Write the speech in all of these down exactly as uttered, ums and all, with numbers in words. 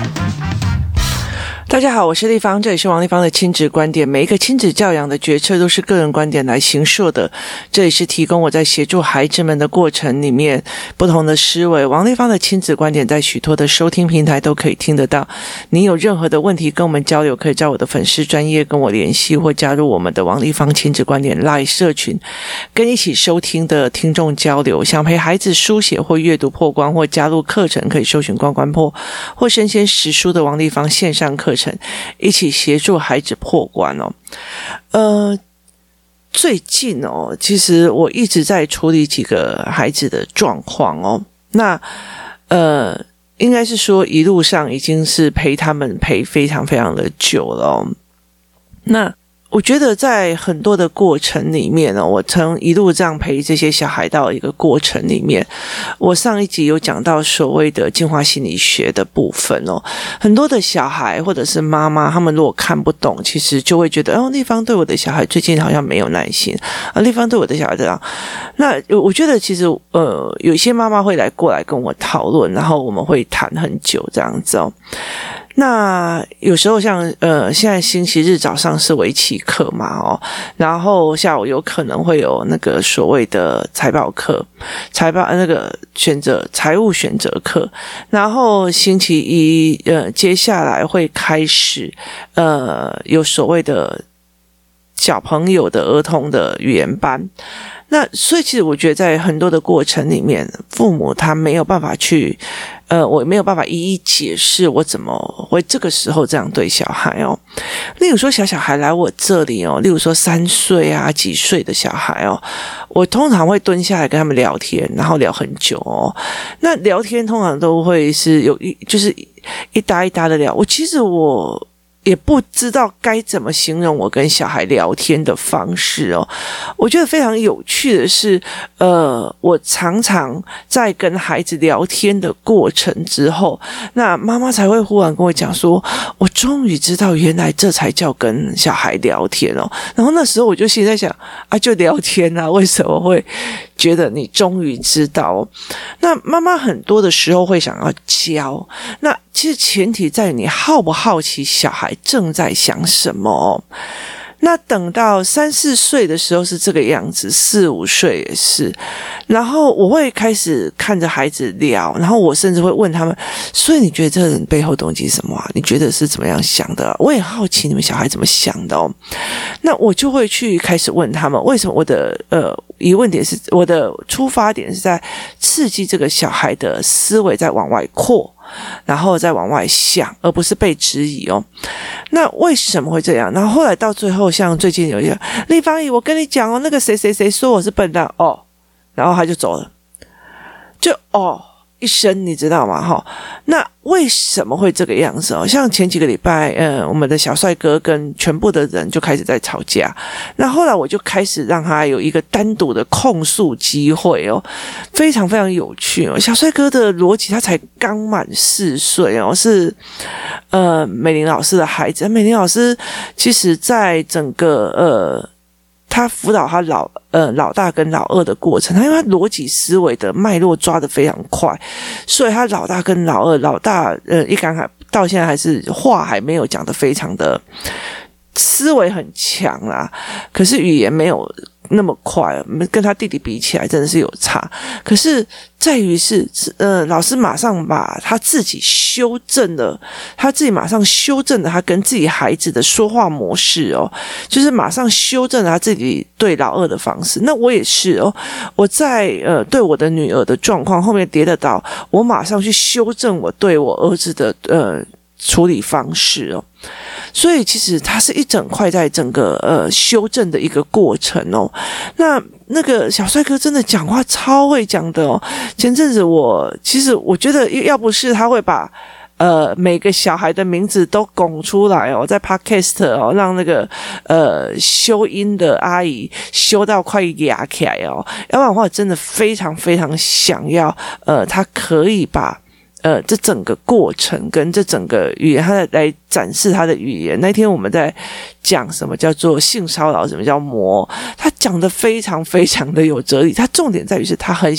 大家好，我是立方，这里是王立方的亲子观点。每一个亲子教养的决策都是个人观点来形塑的，这里是提供我在协助孩子们的过程里面不同的思维。王立方的亲子观点在许多的收听平台都可以听得到。你有任何的问题跟我们交流，可以在我的粉丝专页跟我联系，或加入我们的王立方亲子观点 LINE 社群，跟一起收听的听众交流。想陪孩子书写或阅读破关，或加入课程，可以搜寻关关破或身先识书的王立方线上课程，一起协助孩子破关哦。呃，最近哦，其实我一直在处理几个孩子的状况哦。那呃，应该是说一路上已经是陪他们陪非常非常的久了哦。那我觉得在很多的过程里面呢，我从一路这样陪这些小孩到一个过程里面，我上一集有讲到所谓的进化心理学的部分哦。很多的小孩或者是妈妈，他们如果看不懂，其实就会觉得哦，立方对我的小孩最近好像没有耐心啊，立方对我的小孩这样。那我觉得其实呃，有一些妈妈会来过来跟我讨论，然后我们会谈很久这样子哦。那有时候像呃，现在星期日早上是围棋课嘛哦，然后下午有可能会有那个所谓的财报课，财报那个选择财务选择课，然后星期一呃，接下来会开始呃，有所谓的小朋友的儿童的语言班。那所以其实我觉得在很多的过程里面，父母他没有办法去呃，我没有办法一一解释我怎么会这个时候这样对小孩哦。例如说小小孩来我这里哦，例如说三岁啊几岁的小孩哦，我通常会蹲下来跟他们聊天，然后聊很久哦。那聊天通常都会是有一就是一搭一搭的聊，我其实我也不知道该怎么形容我跟小孩聊天的方式哦。我觉得非常有趣的是，呃，我常常在跟孩子聊天的过程之后，那妈妈才会忽然跟我讲说，我终于知道原来这才叫跟小孩聊天哦。然后那时候我就心里在想，啊，就聊天啊，为什么会觉得你终于知道哦？那妈妈很多的时候会想要教，那其实前提在于你好不好奇小孩正在想什么哦。那等到三四岁的时候是这个样子，四五岁也是，然后我会开始看着孩子聊，然后我甚至会问他们，所以你觉得这个人背后动机是什么啊？你觉得是怎么样想的啊？我也好奇你们小孩怎么想的哦。那我就会去开始问他们，为什么我的呃疑问点是，我的出发点是在刺激这个小孩的思维在往外扩，然后再往外想，而不是被质疑哦。那为什么会这样？然后后来到最后，像最近有一个立方姨，我跟你讲哦，那个谁谁谁说我是笨蛋哦，然后他就走了，就哦一声，你知道吗？哈，那为什么会这个样子哦？像前几个礼拜，呃，我们的小帅哥跟全部的人就开始在吵架，那后来我就开始让他有一个单独的控诉机会哦，非常非常有趣哦。小帅哥的逻辑，他才刚满四岁哦，是呃美玲老师的孩子。美玲老师其实在整个呃。他辅导他老呃老大跟老二的过程，他因为他逻辑思维的脉络抓得非常快，所以他老大跟老二，老大呃一刚开到现在还是话还没有讲得非常的思维很强啦，可是语言没有那么快，跟他弟弟比起来真的是有差。可是在于是呃老师马上把他自己修正了，他自己马上修正了他跟自己孩子的说话模式哦，就是马上修正了他自己对老二的方式。那我也是哦，我在呃对我的女儿的状况后面跌得倒，我马上去修正我对我儿子的呃处理方式哦。所以其实它是一整块在整个呃修正的一个过程哦。那那个小帅哥真的讲话超会讲的哦。前阵子我其实我觉得要不是他会把呃每个小孩的名字都拱出来哦，在 podcast 哦让那个呃修音的阿姨修到快哑起来哦，要不然的话真的非常非常想要呃他可以把呃，这整个过程跟这整个语言，他来展示他的语言。那天我们在讲什么叫做性骚扰，什么叫魔，他讲的非常非常的有哲理。他重点在于是他很想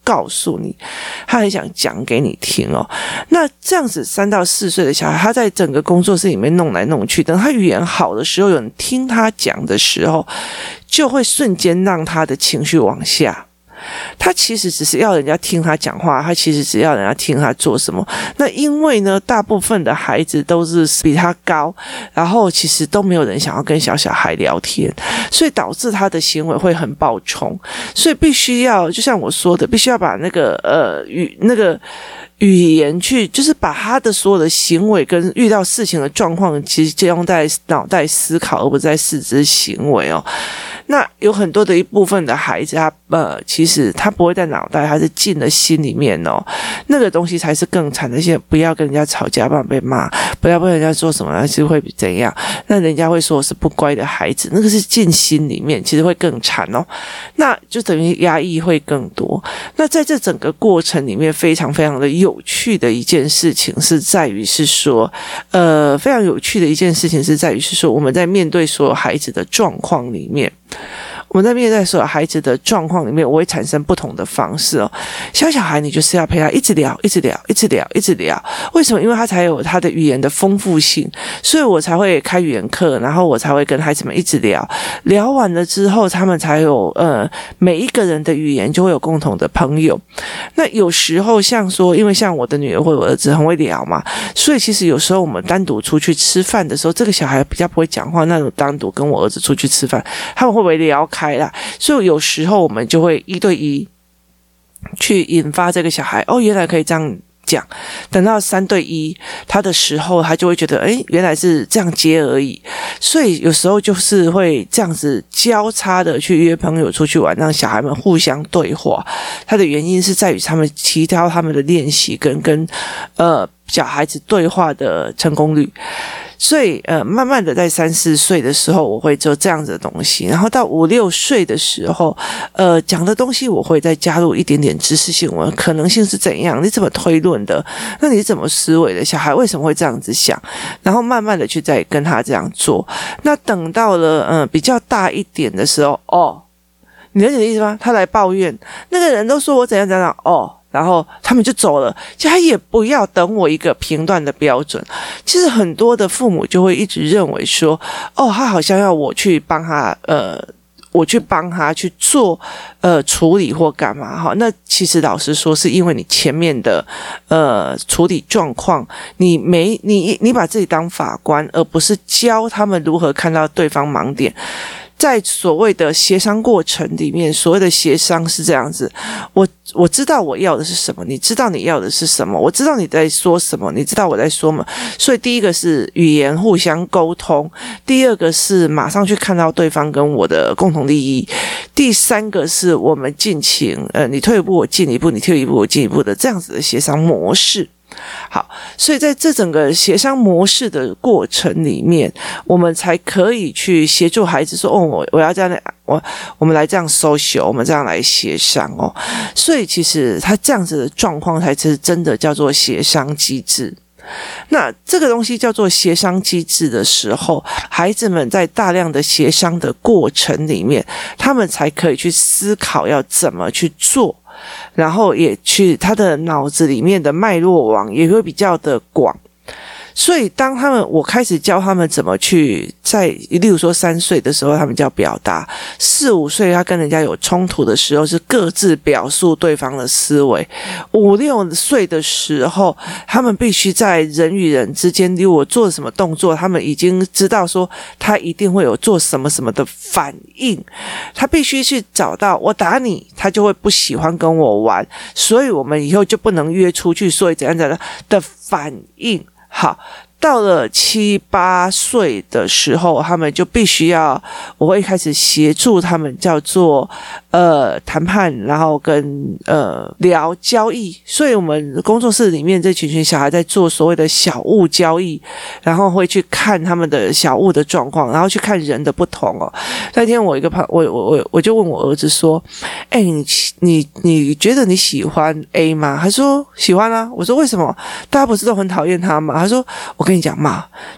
告诉你，他很想讲给你听哦。那这样子三到四岁的小孩，他在整个工作室里面弄来弄去，等他语言好的时候，有人听他讲的时候，就会瞬间让他的情绪往下。他其实只是要人家听他讲话，他其实只要人家听他做什么。那因为呢，大部分的孩子都是比他高，然后其实都没有人想要跟小小孩聊天，所以导致他的行为会很暴冲。所以必须要，就像我说的，必须要把那个呃语那个语言去，就是把他的所有的行为跟遇到事情的状况，其实就用在脑袋思考，而不是在四肢行为哦。那有很多的一部分的孩子，他呃，其实他不会在脑袋，他是进了心里面哦。那个东西才是更惨的。些不要跟人家吵架，不然被骂；不要跟人家做什么，其实会怎样？那人家会说我是不乖的孩子，那个是进心里面，其实会更惨哦。那就等于压抑会更多。那在这整个过程里面，非常非常的有趣的一件事情是在于是说，呃，非常有趣的一件事情是在于是说，我们在面对所有孩子的状况里面。我们在面对所有孩子的状况里面，我会产生不同的方式哦。小小孩，你就是要陪他一直聊，一直聊，一直聊，一直聊。为什么？因为他才有他的语言的丰富性，所以我才会开语言课，然后我才会跟孩子们一直聊。聊完了之后，他们才有呃每一个人的语言就会有共同的朋友。那有时候像说，因为像我的女儿或我儿子很会聊嘛，所以其实有时候我们单独出去吃饭的时候，这个小孩比较不会讲话，那种单独跟我儿子出去吃饭，他们会不会聊开啦？所以有时候我们就会一对一去引发这个小孩，哦，原来可以这样讲。等到三对一他的时候，他就会觉得，诶，原来是这样接而已。所以有时候就是会这样子交叉的去约朋友出去玩，让小孩们互相对话。它的原因是在于他们提高他们的练习跟跟呃小孩子对话的成功率。所以呃，慢慢的在三四岁的时候，我会做这样子的东西，然后到五六岁的时候，呃，讲的东西我会再加入一点点知识性，我可能性是怎样？你怎么推论的？那你怎么思维的？小孩为什么会这样子想？然后慢慢的去再跟他这样做。那等到了嗯、呃、比较大一点的时候，哦，你了解的意思吗？他来抱怨，那个人都说我怎样怎样，哦。然后他们就走了，其实他也不要等我一个评断的标准。其实很多的父母就会一直认为说，哦，他好像要我去帮他，呃，我去帮他去做，呃，处理或干嘛哈。那其实老实说，是因为你前面的，呃，处理状况，你没你你把自己当法官，而不是教他们如何看到对方盲点。在所谓的协商过程里面，所谓的协商是这样子，我我知道我要的是什么，你知道你要的是什么，我知道你在说什么，你知道我在说什么，所以第一个是语言互相沟通，第二个是马上去看到对方跟我的共同利益，第三个是我们进行呃，你退一步我进一步，你退一步我进一步的这样子的协商模式。好，所以在这整个协商模式的过程里面，我们才可以去协助孩子说，哦，我我要这样，我我们来这样social，我们这样来协商哦。所以其实他这样子的状况才是真的叫做协商机制。那这个东西叫做协商机制的时候，孩子们在大量的协商的过程里面，他们才可以去思考要怎么去做。然后也去他的脑子里面的脉络网也会比较的广，所以当他们我开始教他们怎么去在例如说三岁的时候他们叫表达，四五岁他跟人家有冲突的时候是各自表述对方的思维，五六岁的时候他们必须在人与人之间，例如我做什么动作，他们已经知道说他一定会有做什么什么的反应，他必须去找到我打你他就会不喜欢跟我玩，所以我们以后就不能约出去，所以怎样怎样的反应。好，到了七八岁的时候，他们就必须要，我会开始协助他们，叫做呃谈判，然后跟呃聊交易。所以我们工作室里面这群群小孩在做所谓的小物交易，然后会去看他们的小物的状况，然后去看人的不同哦。那天我一个朋我我我我就问我儿子说：“哎、欸，你你你觉得你喜欢 A 吗？”他说喜欢啊。我说为什么？大家不是都很讨厌他吗？他说我跟你讲嘛，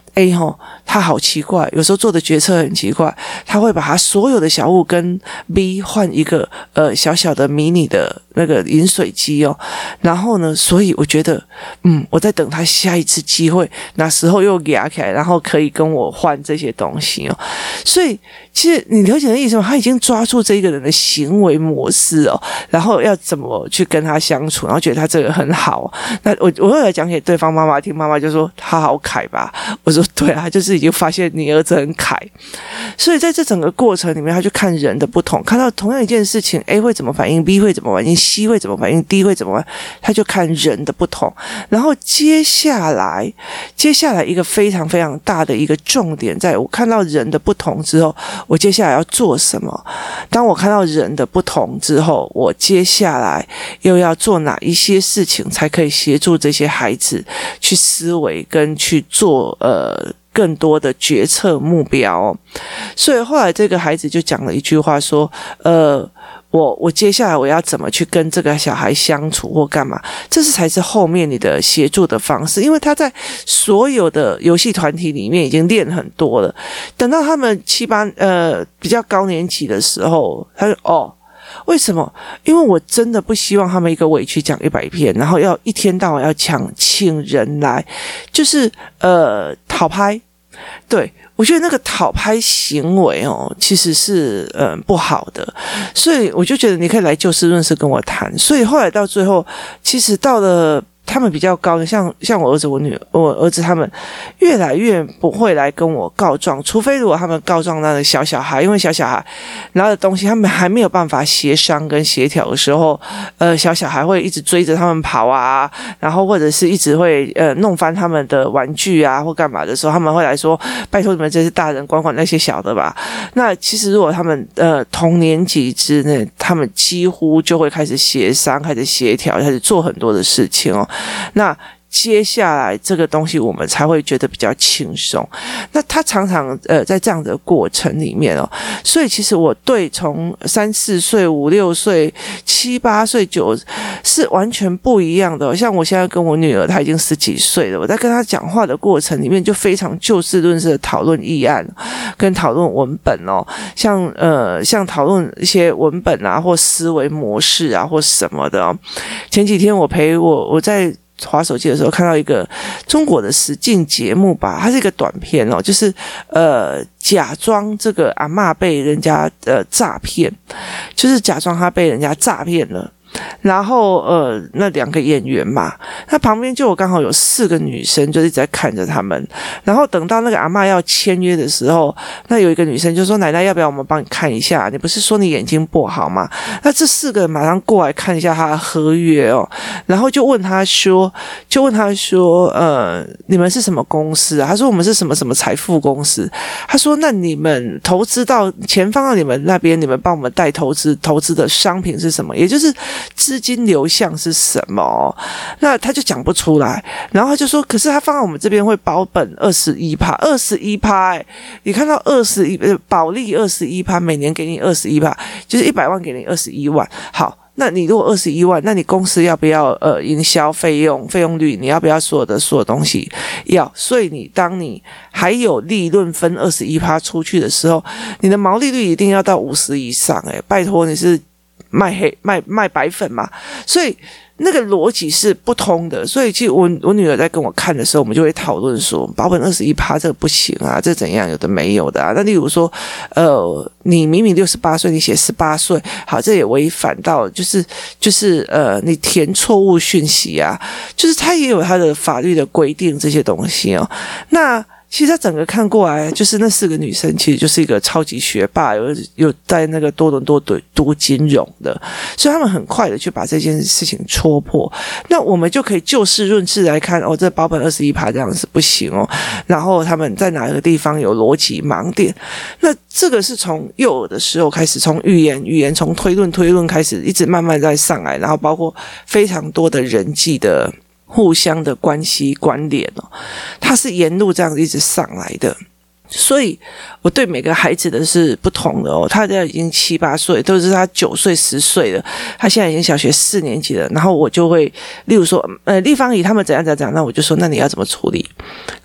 A 吼，他好奇怪，有时候做的决策很奇怪，他会把他所有的小物跟 B 换一个呃小小的迷你的那个饮水机哦，然后呢，所以我觉得，嗯，我在等他下一次机会，那时候又压起来，然后可以跟我换这些东西哦，所以其实你了解的意思吗？他已经抓住这个人的行为模式哦，然后要怎么去跟他相处，然后觉得他这个很好。那我我后来讲给对方妈妈听，妈妈就说他好凯吧，我说对啊，就是已经发现你儿子很凯，所以在这整个过程里面，他就看人的不同，看到同样一件事情 ，A 会怎么反应 ，B 会怎么反应 ，C 会怎么反应 ，D 会怎么反应，他就看人的不同。然后接下来，接下来一个非常非常大的一个重点，在我看到人的不同之后，我接下来要做什么？当我看到人的不同之后，我接下来又要做哪一些事情，才可以协助这些孩子去思维跟去做呃更多的决策目标哦。所以后来这个孩子就讲了一句话说，呃。我我接下来我要怎么去跟这个小孩相处或干嘛？这是才是后面你的协助的方式，因为他在所有的游戏团体里面已经练很多了。等到他们七八呃比较高年级的时候，他就哦。为什么？因为我真的不希望他们一个委屈讲一百遍，然后要一天到晚要抢请人来，就是呃讨拍，对。我觉得那个讨拍行为哦，其实是嗯不好的，所以我就觉得你可以来就事论事跟我谈。所以后来到最后，其实到了他们比较高的，像像我儿子、我女儿、我儿子他们，越来越不会来跟我告状，除非如果他们告状那个小小孩，因为小小孩拿的东西，他们还没有办法协商跟协调的时候，呃，小小孩会一直追着他们跑啊，然后或者是一直会呃弄翻他们的玩具啊，或干嘛的时候，他们会来说：“拜托你们这些大人管管那些小的吧。”那其实如果他们呃同年级之内，他们几乎就会开始协商、开始协调、开始做很多的事情哦。那接下来这个东西我们才会觉得比较轻松。那他常常呃在这样的过程里面哦，所以其实我对从三四岁、五六岁、七八岁、九是完全不一样的哦。像我现在跟我女儿，她已经十几岁了，我在跟她讲话的过程里面，就非常就事论事的讨论议案，跟讨论文本哦，像呃像讨论一些文本啊，或思维模式啊，或什么的哦。前几天我陪我我在滑手机的时候看到一个中国的实境节目吧，它是一个短片哦，就是呃假装这个阿嬷被人家呃诈骗，就是假装她被人家诈骗了。然后呃那两个演员嘛，那旁边就有刚好有四个女生就一直在看着他们，然后等到那个阿嬷要签约的时候，那有一个女生就说：“奶奶要不要我们帮你看一下，你不是说你眼睛不好吗？”那这四个人马上过来看一下他的合约哦，然后就问他说就问他说呃你们是什么公司啊？他说我们是什么什么财富公司。他说那你们投资到钱放到你们那边，你们帮我们带投资投资的商品是什么？也就是资金流向是什么？那他就讲不出来，然后他就说：“可是他放在我们这边会保本二十一趴，二十一趴，哎，你看到二十一保利二十一趴，每年给你二十一趴，就是一百万给你二十一万。好，那你如果二十一万，那你公司要不要呃营销费用费用率？你要不要所有的所有东西要？所以你当你还有利润分二十一趴出去的时候，你的毛利率一定要到五十以上，哎，拜托你是。”卖黑卖卖白粉嘛，所以那个逻辑是不通的。所以其实我我女儿在跟我看的时候，我们就会讨论说，保本二十一趴这个不行啊，这怎样有的没有的啊。那例如说，呃，你明明六十八岁，你写十八岁，好，这也违反到就是就是呃，你填错误讯息啊，就是它也有它的法律的规定这些东西哦。那其实他整个看过来，就是那四个女生其实就是一个超级学霸，有有在那个多伦多读金融的，所以他们很快的去把这件事情戳破。那我们就可以就事论事来看，哦，这保本二十一趴这样是不行哦。然后他们在哪个地方有逻辑盲点？那这个是从幼儿的时候开始，从语言语言从推论推论开始，一直慢慢在上来，然后包括非常多的人际的。互相的关系关联哦，它是沿路这样子一直上来的，所以我对每个孩子的是不同的哦。他现在已经七八岁，都是他九岁十岁了，他现在已经小学四年级了。然后我就会，例如说，呃，立方体他们怎样怎样怎样，那我就说，那你要怎么处理？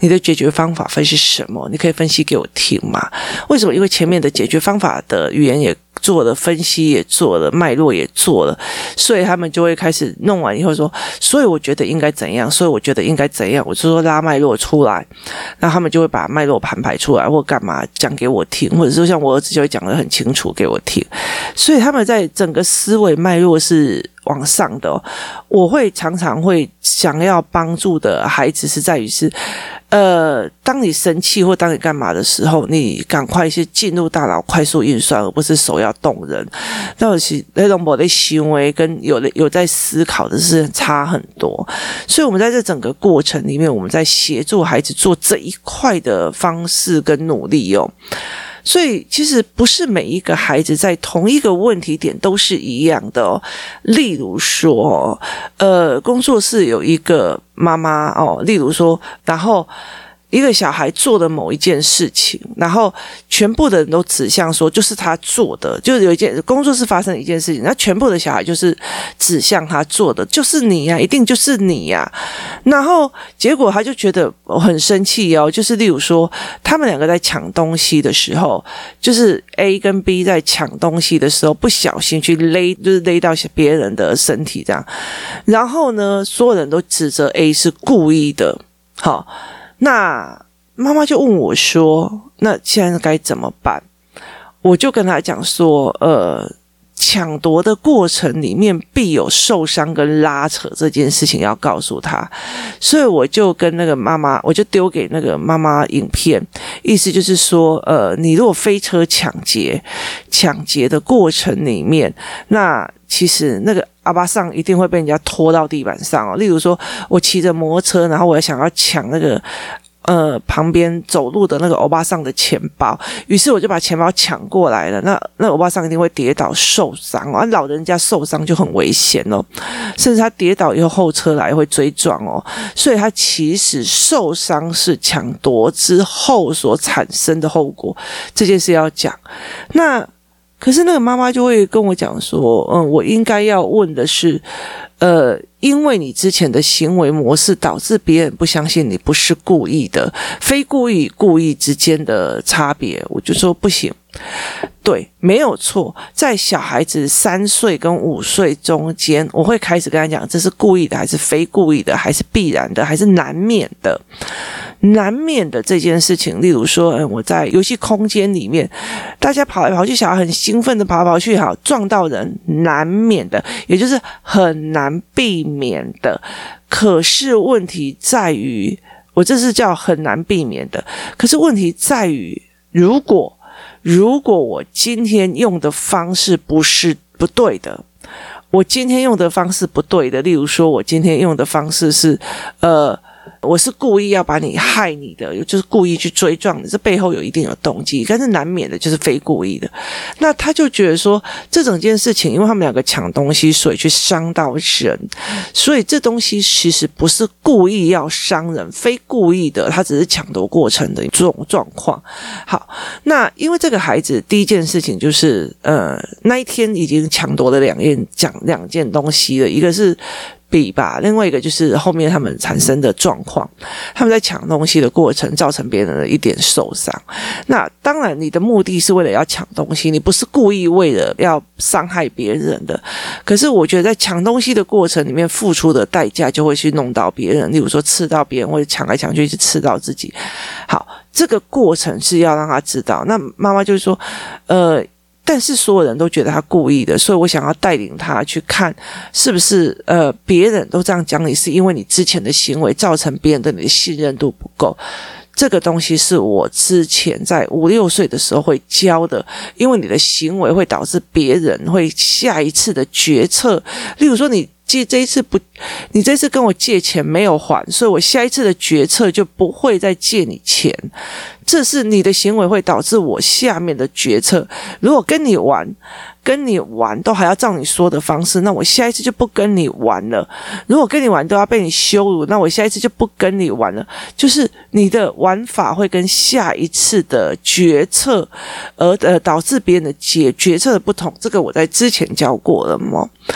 你的解决方法会是什么？你可以分析给我听吗？为什么？因为前面的解决方法的语言也做了，分析也做了，脉络也做了，所以他们就会开始弄完以后说，所以我觉得应该怎样，所以我觉得应该怎样，我就说拉脉络出来，那他们就会把脉络盘排出来，或干嘛讲给我听，或者说像我儿子就会讲得很清楚给我听，所以他们在整个思维脉络是往上的哦。我会常常会想要帮助的孩子是在于是呃，当你生气或当你干嘛的时候，你赶快去进入大脑快速运算，而不是手要动人。那是那种我的行为跟有的有在思考的是差很多。所以我们在这整个过程里面，我们在协助孩子做这一块的方式跟努力哦。所以其实不是每一个孩子在同一个问题点都是一样的哦。例如说，呃，工作室有一个妈妈哦，例如说，然后一个小孩做的某一件事情，然后全部的人都指向说就是他做的，就是有一件工作室发生一件事情，那全部的小孩就是指向他做的，就是你呀、啊，一定就是你呀、啊。然后结果他就觉得很生气哦，就是例如说他们两个在抢东西的时候，就是 A 跟 B 在抢东西的时候不小心去勒，就是勒到别人的身体这样，然后呢，所有人都指责 A 是故意的，好。那妈妈就问我说，那现在该怎么办？我就跟他讲说，呃，抢夺的过程里面必有受伤跟拉扯这件事情要告诉他，所以我就跟那个妈妈，我就丢给那个妈妈影片，意思就是说，呃，你如果飞车抢劫，抢劫的过程里面，那其实那个阿巴桑一定会被人家拖到地板上哦。例如说，我骑着摩托车，然后我想要抢那个呃旁边走路的那个欧巴桑的钱包，于是我就把钱包抢过来了。那那欧巴桑一定会跌倒受伤哦，啊、老人家受伤就很危险哦，甚至他跌倒以后后车来会追撞哦，所以他其实受伤是抢夺之后所产生的后果，这件事要讲。那可是那个妈妈就会跟我讲说，嗯，我应该要问的是，呃，因为你之前的行为模式导致别人不相信你不是故意的，非故意与故意之间的差别，我就说不行。对，没有错，在小孩子三岁跟五岁中间，我会开始跟他讲，这是故意的还是非故意的，还是必然的，还是难免的。难免的这件事情，例如说，嗯，我在游戏空间里面，大家跑来跑去，小孩很兴奋的跑来跑去，好撞到人，难免的，也就是很难避免的。可是问题在于，我这是叫很难避免的。可是问题在于，如果如果我今天用的方式不是不对的，我今天用的方式不对的，例如说，我今天用的方式是，呃。我是故意要把你害你的，就是故意去追撞你，这背后有一定有动机，但是难免的就是非故意的。那他就觉得说，这整件事情，因为他们两个抢东西，所以去伤到人，所以这东西其实不是故意要伤人，非故意的，他只是抢夺过程的这种状况。好，那因为这个孩子第一件事情就是，呃，那一天已经抢夺了两件讲两件东西了，一个是笔吧，另外一个就是后面他们产生的状况，他们在抢东西的过程造成别人的一点受伤。那当然你的目的是为了要抢东西，你不是故意为了要伤害别人的，可是我觉得在抢东西的过程里面付出的代价就会去弄到别人，例如说刺到别人，或者抢来抢去去刺到自己。好，这个过程是要让他知道。那妈妈就是说呃但是所有人都觉得他故意的，所以我想要带领他去看是不是呃别人都这样讲你，是因为你之前的行为造成别人对你的信任度不够。这个东西是我之前在五六岁的时候会教的，因为你的行为会导致别人会下一次的决策，例如说你借这一次不，你这次跟我借钱没有还，所以我下一次的决策就不会再借你钱。这是你的行为会导致我下面的决策。如果跟你玩，跟你玩都还要照你说的方式，那我下一次就不跟你玩了。如果跟你玩都要被你羞辱，那我下一次就不跟你玩了。就是你的玩法会跟下一次的决策而呃导致别人的解决策的不同，这个我在之前教过了吗？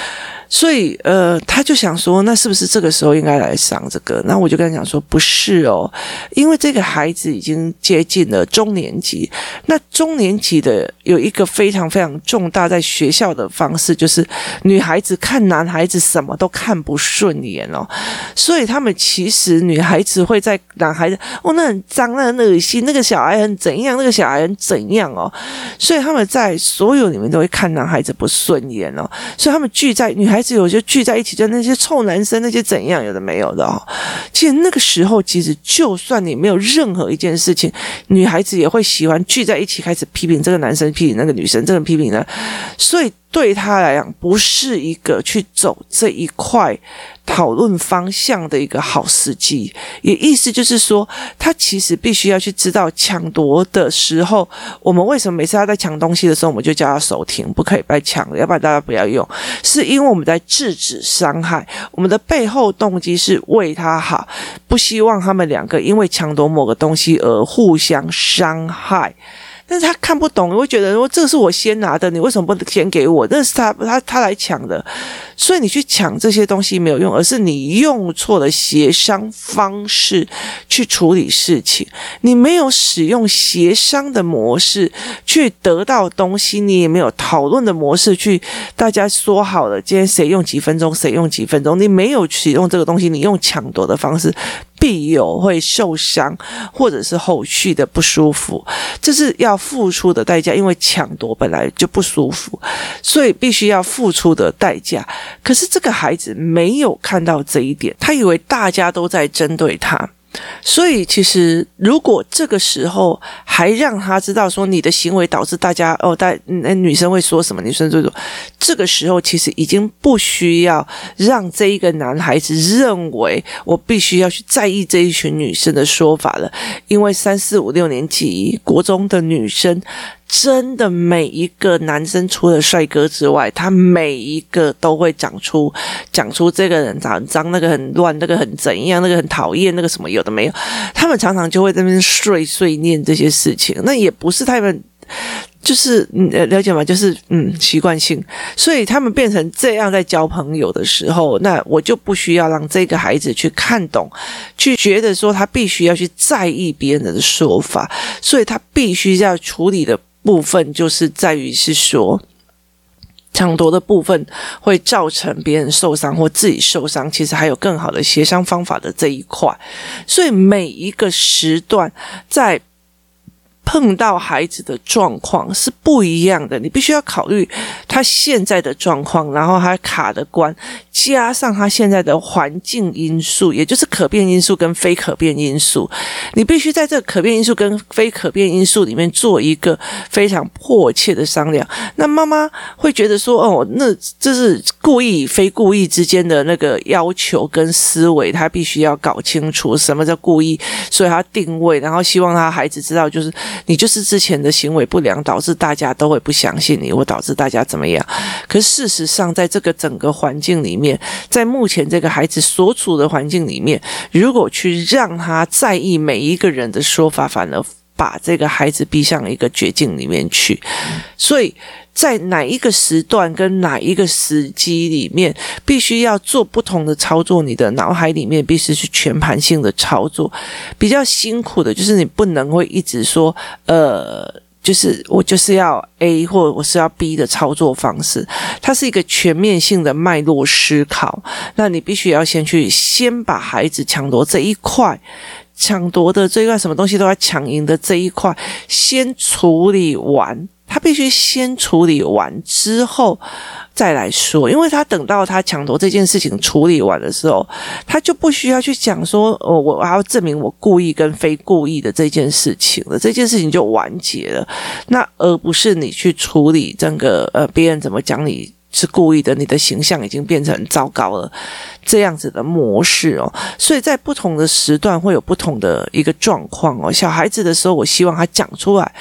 所以呃，他就想说，那是不是这个时候应该来上这个？那我就跟他讲说，不是哦，因为这个孩子已经接近了中年级。那中年级的有一个非常非常重大在学校的方式，就是女孩子看男孩子什么都看不顺眼哦，所以他们其实女孩子会在男孩子哦，那很脏，那很恶心，那个小孩很怎样，那个小孩很怎样哦，所以他们在所有里面都会看男孩子不顺眼哦，所以他们聚在女孩子有就聚在一起，就那些臭男生那些怎样有的没有的哦。其实那个时候，其实就算你没有任何一件事情，女孩子也会喜欢聚在一起开始批评这个男生，批评那个女生，这个批评呢，所以对他来讲不是一个去走这一块讨论方向的一个好时机。也意思就是说，他其实必须要去知道抢夺的时候，我们为什么每次他在抢东西的时候，我们就叫他手停，不可以再抢了，要不然大家不要用，是因为我们在制止伤害，我们的背后动机是为他好，不希望他们两个因为抢夺某个东西而互相伤害。但是他看不懂，你会觉得说这是我先拿的，你为什么不先给我？那是他他他来抢的，所以你去抢这些东西没有用，而是你用错了协商方式去处理事情，你没有使用协商的模式去得到东西，你也没有讨论的模式去大家说好了，今天谁用几分钟，谁用几分钟，你没有使用这个东西，你用抢夺的方式，必有会受伤或者是后续的不舒服，这是要付出的代价，因为抢夺本来就不舒服，所以必须要付出的代价。可是这个孩子没有看到这一点，他以为大家都在针对他，所以其实如果这个时候还让他知道说你的行为导致大家哦，大嗯女生会说什么，女生就说，这个时候其实已经不需要让这一个男孩子认为我必须要去在意这一群女生的说法了，因为三四五六年级国中的女生真的每一个男生除了帅哥之外，他每一个都会讲出讲出这个人长很脏，那个很乱，那个很怎样，那个很讨厌，那个什么有的没有，他们常常就会在那边碎碎念这些事情，那也不是他们就是嗯了解吗？就是嗯习惯性，所以他们变成这样在交朋友的时候，那我就不需要让这个孩子去看懂，去觉得说他必须要去在意别人的说法，所以他必须要处理的部分就是在于是说，抢夺的部分会造成别人受伤或自己受伤，其实还有更好的协商方法的这一块。所以每一个时段在碰到孩子的状况是不一样的，你必须要考虑他现在的状况，然后他卡的关，加上他现在的环境因素，也就是可变因素跟非可变因素，你必须在这个可变因素跟非可变因素里面做一个非常迫切的商量。那妈妈会觉得说，哦，那这是故意非故意之间的那个要求跟思维，他必须要搞清楚什么叫故意，所以他定位，然后希望他孩子知道，就是你就是之前的行为不良导致大家都会不相信你，或导致大家怎么样。可是事实上在这个整个环境里面，在目前这个孩子所处的环境里面，如果去让他在意每一个人的说法，反而把这个孩子逼向一个绝境里面去。所以在哪一个时段跟哪一个时机里面必须要做不同的操作，你的脑海里面必须是全盘性的操作。比较辛苦的就是你不能会一直说呃就是我就是要 A 或者我是要 B 的操作方式，它是一个全面性的脉络思考。那你必须要先去先把孩子抢夺这一块，抢夺的这一块什么东西都要抢赢的这一块先处理完，他必须先处理完之后再来说，因为他等到他抢夺这件事情处理完的时候，他就不需要去讲说哦，我还要证明我故意跟非故意的这件事情了，这件事情就完结了。那而不是你去处理这个呃别人怎么讲你是故意的，你的形象已经变成很糟糕了这样子的模式哦。所以在不同的时段会有不同的一个状况哦。小孩子的时候，我希望他讲出来，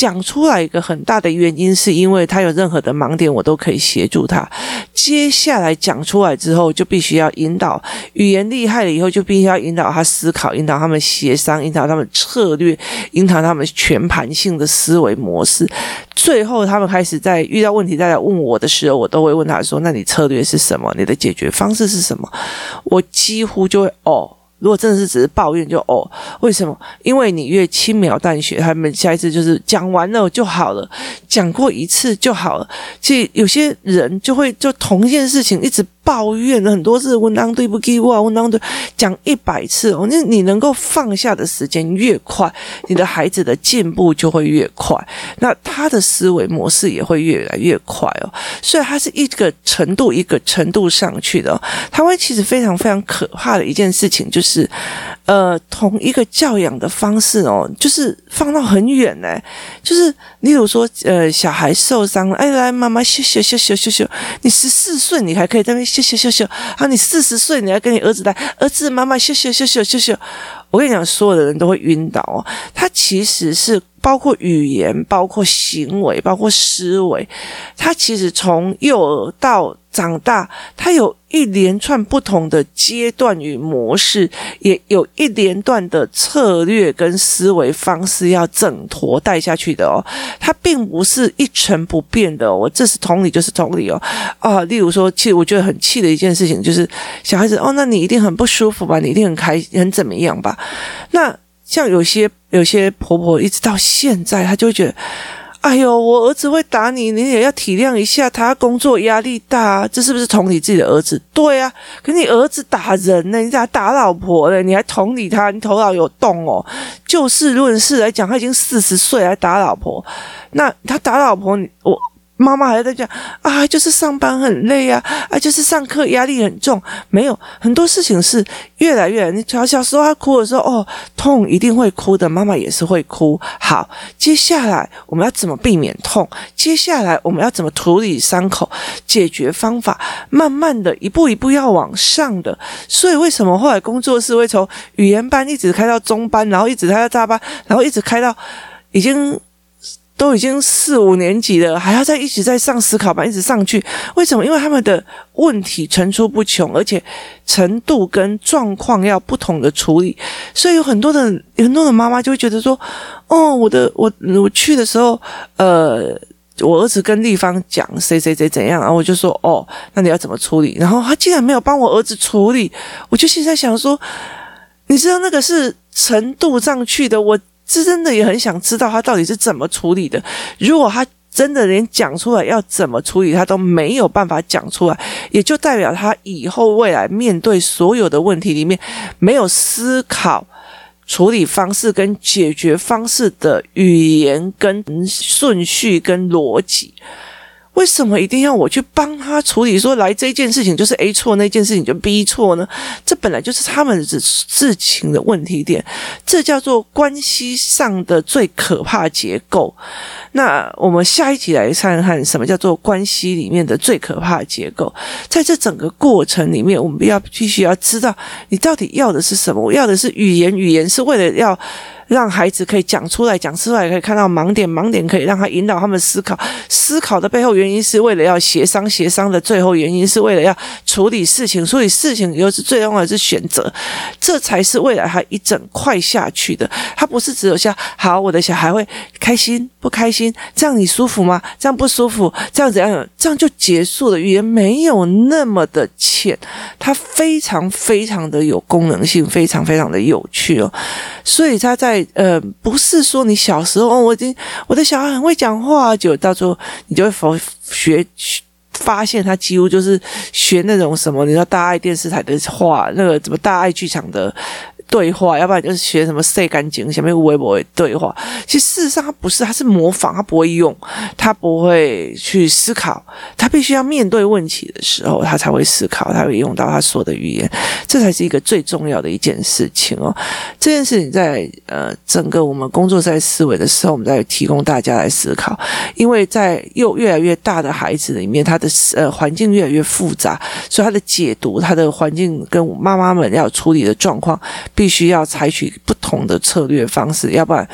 讲出来一个很大的原因是因为他有任何的盲点我都可以协助他，接下来讲出来之后就必须要引导，语言厉害了以后就必须要引导他思考，引导他们协商，引导他们策略，引导他们全盘性的思维模式。最后他们开始在遇到问题再来问我的时候，我都会问他说，那你策略是什么？你的解决方式是什么？我几乎就会哦，如果真的是只是抱怨就哦，为什么？因为你越轻描淡写，他们下一次就是讲完了就好了，讲过一次就好了。其实有些人就会就同一件事情一直抱怨很多次，问当对不起我，问当对讲一百次哦，那你能够放下的时间越快，你的孩子的进步就会越快，那他的思维模式也会越来越快哦。所以它是一个程度一个程度上去的哦。台湾其实非常非常可怕的一件事情就是，呃，同一个教养的方式哦，就是放到很远呢。就是例如说，呃，小孩受伤了，哎，来妈妈咻咻咻咻咻咻，你十四岁你还可以在那边咻咻咻咻，啊，你四十岁你还跟你儿子来，儿子妈妈咻咻咻咻咻咻，我跟你讲，所有的人都会晕倒哦。他其实是包括语言，包括行为，包括思维，他其实从幼儿到长大，他有一连串不同的阶段与模式，也有一连段的策略跟思维方式要整坨带下去的哦。它并不是一成不变的哦。我这是同理就是同理哦。啊，例如说，其实我觉得很气的一件事情就是小孩子哦，那你一定很不舒服吧？你一定很开很怎么样吧？那像有些有些婆婆一直到现在，她就会觉得，哎呦，我儿子会打你，你也要体谅一下他，工作压力大啊，这是不是同理自己的儿子？对啊，可你儿子打人呢，你咋打老婆了？你还同理他，你头脑有洞哦？就事论事来讲，他已经四十岁还打老婆，那他打老婆，我妈妈还在讲啊，就是上班很累啊，啊，就是上课压力很重。没有，很多事情是越来越，你小小时候他哭的时候，哦，痛一定会哭的，妈妈也是会哭。好，接下来我们要怎么避免痛？接下来我们要怎么处理伤口？解决方法，慢慢的一步一步要往上的。所以为什么后来工作室会从语言班一直开到中班，然后一直开到大班，然后一直开到已经都已经四五年级了，还要再一直在上思考班，一直上去。为什么？因为他们的问题层出不穷，而且程度跟状况要不同的处理，所以有很多的很多的妈妈就会觉得说，哦，我的我我去的时候，呃。我儿子跟丽芳讲谁谁谁怎样，然后我就说哦，那你要怎么处理？然后他竟然没有帮我儿子处理，我就现在想说，你知道那个是程度上去的，我真的也很想知道他到底是怎么处理的。如果他真的连讲出来要怎么处理他都没有办法讲出来，也就代表他以后未来面对所有的问题里面没有思考处理方式跟解决方式的语言跟顺序跟逻辑。为什么一定要我去帮他处理说来这件事情就是 A 错，那件事情就 B 错呢？这本来就是他们的事情的问题点，这叫做关系上的最可怕结构。那我们下一集来看看什么叫做关系里面的最可怕的结构。在这整个过程里面，我们要必须要知道你到底要的是什么。我要的是语言，语言是为了要让孩子可以讲出来，讲出来可以看到盲点，盲点可以让他引导他们思考，思考的背后原因是为了要协商，协商的最后原因是为了要处理事情，处理事情又是最重要的是选择，这才是未来他一整块下去的。他不是只有像好，我的小孩会开心不开心，这样你舒服吗？这样不舒服？这样怎样？这样就结束了。语言没有那么的浅，它非常非常的有功能性，非常非常的有趣哦。所以他在呃，不是说你小时候哦，我已经我的小孩很会讲话，就到时候你就会学发现他几乎就是学那种什么，你知道大爱电视台的话，那个什么大爱剧场的对话，要不然就是学什么晒干净下面微博的对话。其实事实上他不是，他是模仿，他不会用，他不会去思考，他必须要面对问题的时候他才会思考，他会用到他说的语言，这才是一个最重要的一件事情哦。这件事情在呃整个我们工作在思维的时候，我们在提供大家来思考，因为在又越来越大的孩子里面，他的呃环境越来越复杂，所以他的解读，他的环境跟妈妈们要处理的状况必须要采取不同的策略方式，要不然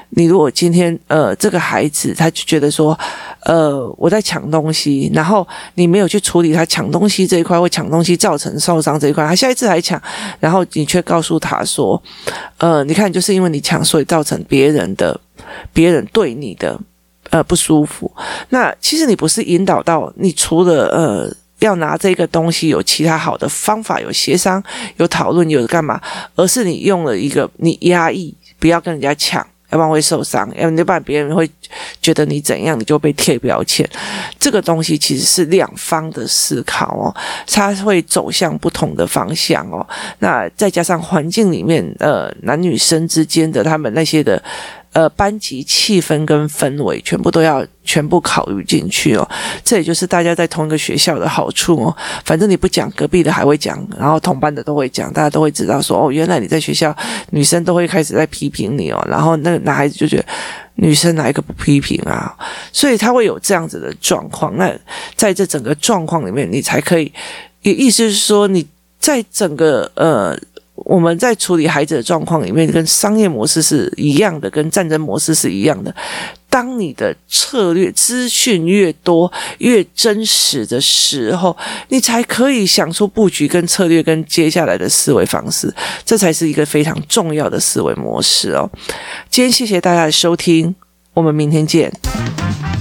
你如果今天呃这个孩子他就觉得说，呃我在抢东西，然后你没有去处理他抢东西这一块或抢东西造成受伤这一块，他下一次还抢，然后你却告诉他说，呃你看就是因为你抢，所以造成别人的别人对你的呃不舒服。那其实你不是引导到你除了呃要拿这个东西有其他好的方法，有协商，有讨论，有干嘛，而是你用了一个你压抑，不要跟人家抢，要不然会受伤，要不然别人会觉得你怎样，你就被贴标签。这个东西其实是两方的思考哦，它会走向不同的方向哦。那再加上环境里面呃男女生之间的他们那些的呃，班级气氛跟氛围全部都要全部考虑进去哦，这也就是大家在同一个学校的好处哦。反正你不讲，隔壁的还会讲，然后同班的都会讲，大家都会知道说，哦，原来你在学校，女生都会开始在批评你哦，然后那个男孩子就觉得女生哪一个不批评啊，所以他会有这样子的状况。那在这整个状况里面，你才可以，也意思是说，你在整个呃。我们在处理孩子的状况里面，跟商业模式是一样的，跟战争模式是一样的。当你的策略资讯越多越真实的时候，你才可以想出布局跟策略跟接下来的思维方式，这才是一个非常重要的思维模式哦。今天谢谢大家的收听，我们明天见。